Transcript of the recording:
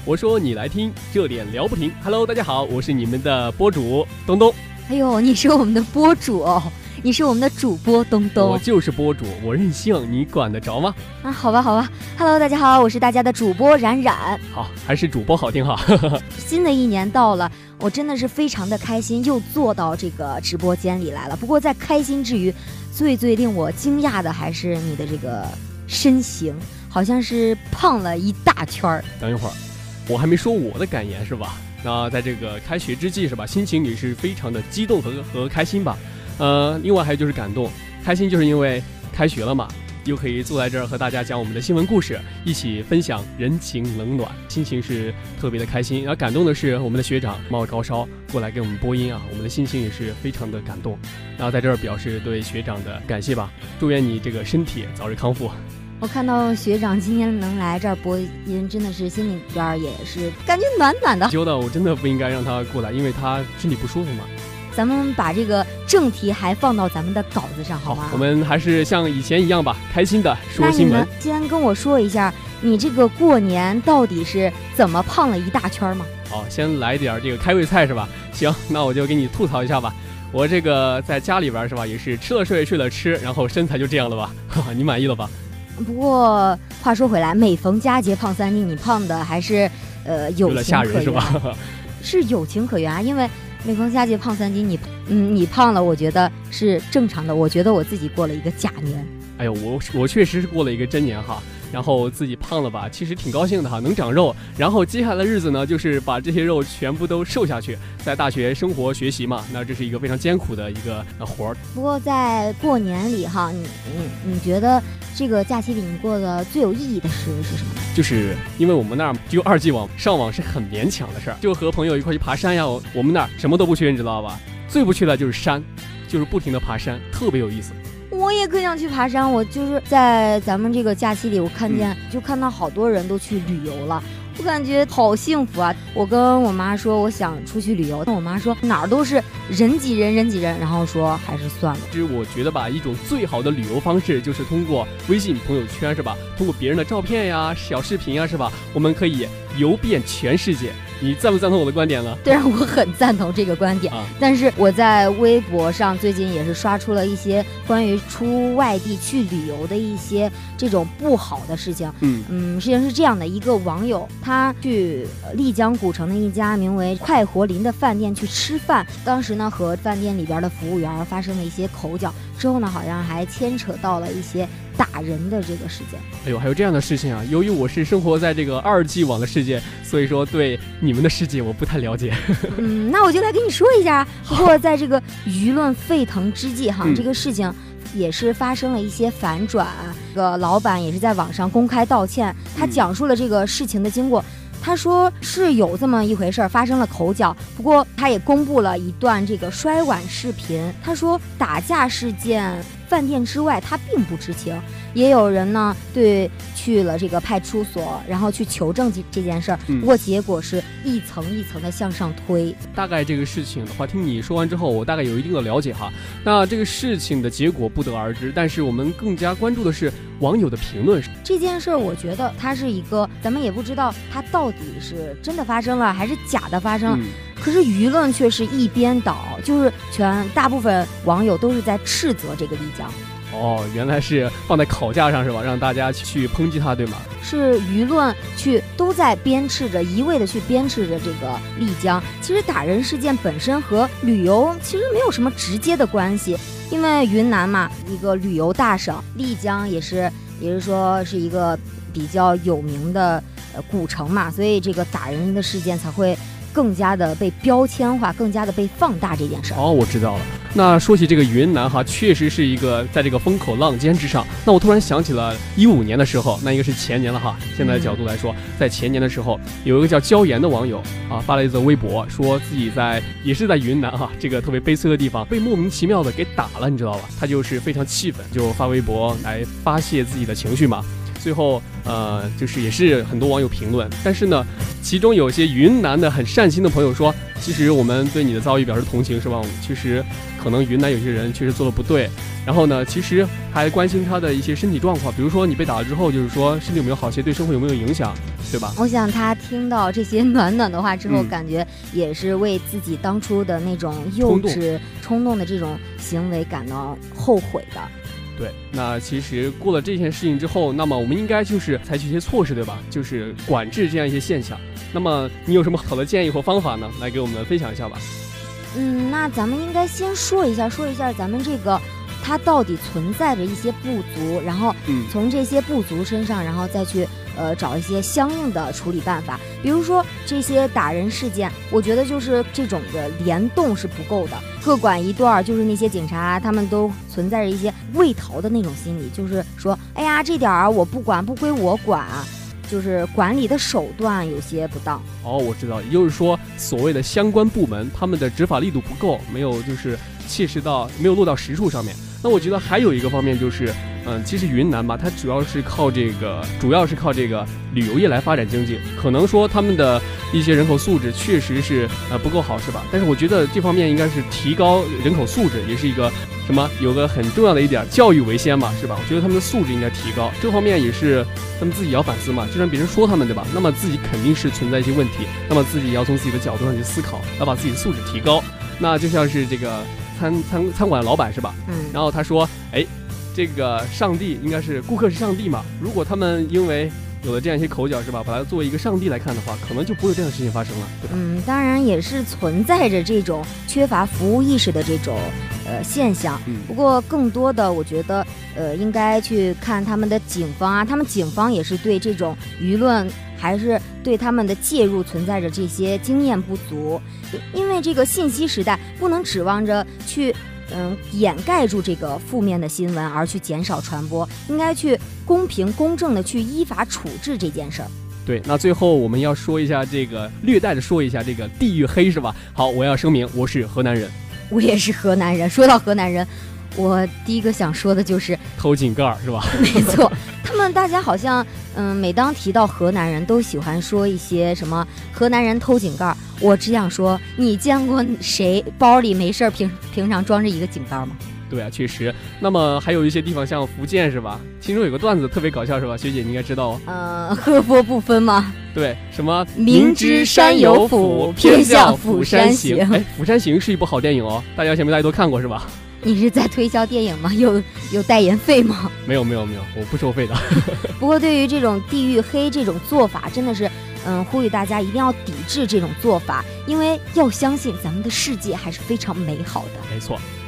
我说你来听，这点聊不停。Hello， 大家好，我是你们的播主东东。 哎呦，你是我们的播主哦，你是我们的主播东东。 我就是播主，我任性，你管得着吗？ 啊，好吧。Hello， 大家好，我是大家的主播冉冉。 好，还是主播好听哈。 新的一年到了，我真的是非常的开心，又坐到这个直播间里来了。不过在开心之余，最令我惊讶的还是你的这个身形，好像是胖了一大圈儿。 等一会儿，我还没说我的感言是吧？那在这个开学之际是吧，心情也是非常的激动和开心吧。另外还有就是感动，开心就是因为开学了嘛，又可以坐在这儿和大家讲我们的新闻故事，一起分享人情冷暖，心情是特别的开心。然后感动的是我们的学长冒着高烧过来给我们播音啊，我们的心情也是非常的感动。然后在这儿表示对学长的感谢吧，祝愿你这个身体早日康复。 我看到学长今天能来这儿播音，真的是心里边也是感觉暖暖的。 觉得我真的不应该让他过来，因为他身体不舒服嘛。 咱们把这个正题还放到咱们的稿子上好吗？ 我们还是像以前一样吧，开心的说新闻。 先跟我说一下，你这个过年到底是怎么胖了一大圈吗？ 好，先来点这个开胃菜是吧？行，那我就给你吐槽一下吧。我这个在家里边是吧，也是吃了睡，睡了吃，然后身材就这样了吧？你满意了吧？ 不过话说回来，每逢佳节胖3斤，你胖的还是有情可原， 是吧？ 是有情可原啊，因为每逢佳节胖3斤，你胖了，我觉得是正常的。我觉得我自己过了一个假年。 哎呦，我确实是过了一个真年哈。然后自己胖了吧，其实挺高兴的哈，能长肉。然后接下来的日子呢，就是把这些肉全部都瘦下去。在大学生活学习嘛，那这是一个非常艰苦的一个活儿。 不过在过年里哈，你觉得这个假期里你过的最有意义的事是什么呢？ 就是因为我们那儿只有2G 网，上网是很勉强的事儿。就和朋友一块去爬山呀，我们那儿什么都不缺，你知道吧？最不缺的就是山，就是不停的爬山，特别有意思。 我也可想去爬山，我就是在咱们这个假期里，我看到好多人都去旅游了，我感觉好幸福啊！我跟我妈说我想出去旅游，但我妈说哪儿都是人挤人，然后说还是算了。 其实我觉得吧，一种最好的旅游方式就是通过微信朋友圈是吧？通过别人的照片呀、小视频呀是吧？我们可以游遍全世界。你赞不赞同我的观点呢？ 对，我很赞同这个观点。但是我在微博上最近也是刷出了一些关于出外地去旅游的一些这种不好的事情。事情是这样的，一个网友他去丽江古城的一家名为快活林的饭店去吃饭，当时呢和饭店里边的服务员发生了一些口角，之后呢好像还牵扯到了一些打人的这个事件。 哎呦，还有这样的事情啊！由于我是生活在这个2G 网的世界，所以说对你们的世界我不太了解。 那我就来跟你说一下。不过在这个舆论沸腾之际哈，这个事情也是发生了一些反转。这个老板也是在网上公开道歉，他讲述了这个事情的经过。他说是有这么一回事，发生了口角，不过他也公布了一段这个摔碗视频。他说打架事件饭店之外他并不知情，也有人呢去了这个派出所，然后去求证这件事儿。不过结果是一层一层的向上推。 大概这个事情的话，听你说完之后，我大概有一定的了解哈。那这个事情的结果不得而知，但是我们更加关注的是网友的评论。 这件事儿，我觉得它是一个，咱们也不知道它到底是真的发生了还是假的发生了。可是舆论却是一边倒，就是大部分网友都是在斥责这个丽江。 原来是放在烤架上是吧？让大家去抨击他，对吗？ 是舆论都在一味的去鞭笞着这个丽江。其实打人事件本身和旅游其实没有什么直接的关系，因为云南嘛，一个旅游大省，丽江也是说是一个比较有名的古城嘛，所以这个打人的事件才会更加的被标签化，更加的被放大这件事。 我知道了。那说起这个云南哈，确实是一个在这个风口浪尖之上。那我突然想起了15年的时候，那应该是前年了哈。现在的角度来说，在前年的时候，有一个叫椒盐的网友发了一则微博，说自己也是在云南哈，这个特别悲催的地方被莫名其妙的给打了，你知道吧？他就是非常气愤，就发微博来发泄自己的情绪嘛。 最后就是也是很多网友评论，但是呢，其中有些云南的很善心的朋友说，其实我们对你的遭遇表示同情，是吧？其实可能云南有些人确实做的不对，然后呢，其实还关心他的一些身体状况，比如说你被打了之后，就是说身体有没有好些，对生活有没有影响，对吧？ 我想他听到这些暖暖的话之后，感觉也是为自己当初的那种幼稚冲动的这种行为感到后悔的。 对，那其实过了这件事情之后，那么我们应该就是采取一些措施，对吧？就是管制这样一些现象。那么你有什么好的建议或方法呢？来给我们分享一下吧。 那咱们应该先说一下咱们这个它到底存在着一些不足，然后从这些不足身上，然后再去找一些相应的处理办法。比如说这些打人事件，我觉得就是这种的联动是不够的，各管一段，就是那些警察他们都存在着一些畏逃的那种心理，就是说哎呀这点我不管，不归我管啊，就是管理的手段有些不当。 我知道，也就是说所谓的相关部门他们的执法力度不够，没有就是切实到，没有落到实处上面。那我觉得还有一个方面就是，其实云南吧，它主要是靠这个旅游业来发展经济。可能说他们的一些人口素质确实是不够好，是吧？但是我觉得这方面应该是提高人口素质，也是一个有个很重要的一点，教育为先嘛，是吧？我觉得他们的素质应该提高，这方面也是他们自己要反思嘛。就算别人说他们，对吧？那么自己肯定是存在一些问题，那么自己要从自己的角度上去思考，要把自己的素质提高。那就像是这个餐馆老板是吧？然后他说，这个上帝应该是顾客是上帝嘛。如果他们因为有了这样一些口角是吧，把它作为一个上帝来看的话，可能就不会有这样的事情发生了，对吧？ 当然也是存在着这种缺乏服务意识的这种现象。不过更多的我觉得应该去看他们的警方啊，他们警方也是对这种舆论还是对他们的介入存在着这些经验不足，因为这个信息时代不能指望着去掩盖住这个负面的新闻而去减少传播，应该去公平公正的去依法处置这件事儿。 对，那最后我们要说一下这个，略带的说一下这个地域黑是吧？好，我要声明我是河南人。 我也是河南人。说到河南人，我第一个想说的就是偷井盖是吧？ 没错，他们大家好像每当提到河南人都喜欢说一些什么河南人偷井盖。我只想说，你见过谁包里没事平常装着一个井盖吗？ 对啊，确实。那么还有一些地方像福建是吧？其中有个段子特别搞笑是吧？学姐你应该知道河波不分吗？ 对，什么明知山有虎，偏向虎山行。 虎山行是一部好电影哦，大家大家都看过是吧？ 你是在推销电影吗？有代言费吗？ 没有，我不收费的。 不过对于这种地域黑这种做法，真的是呼吁大家一定要抵制这种做法，因为要相信咱们的世界还是非常美好的。 没错。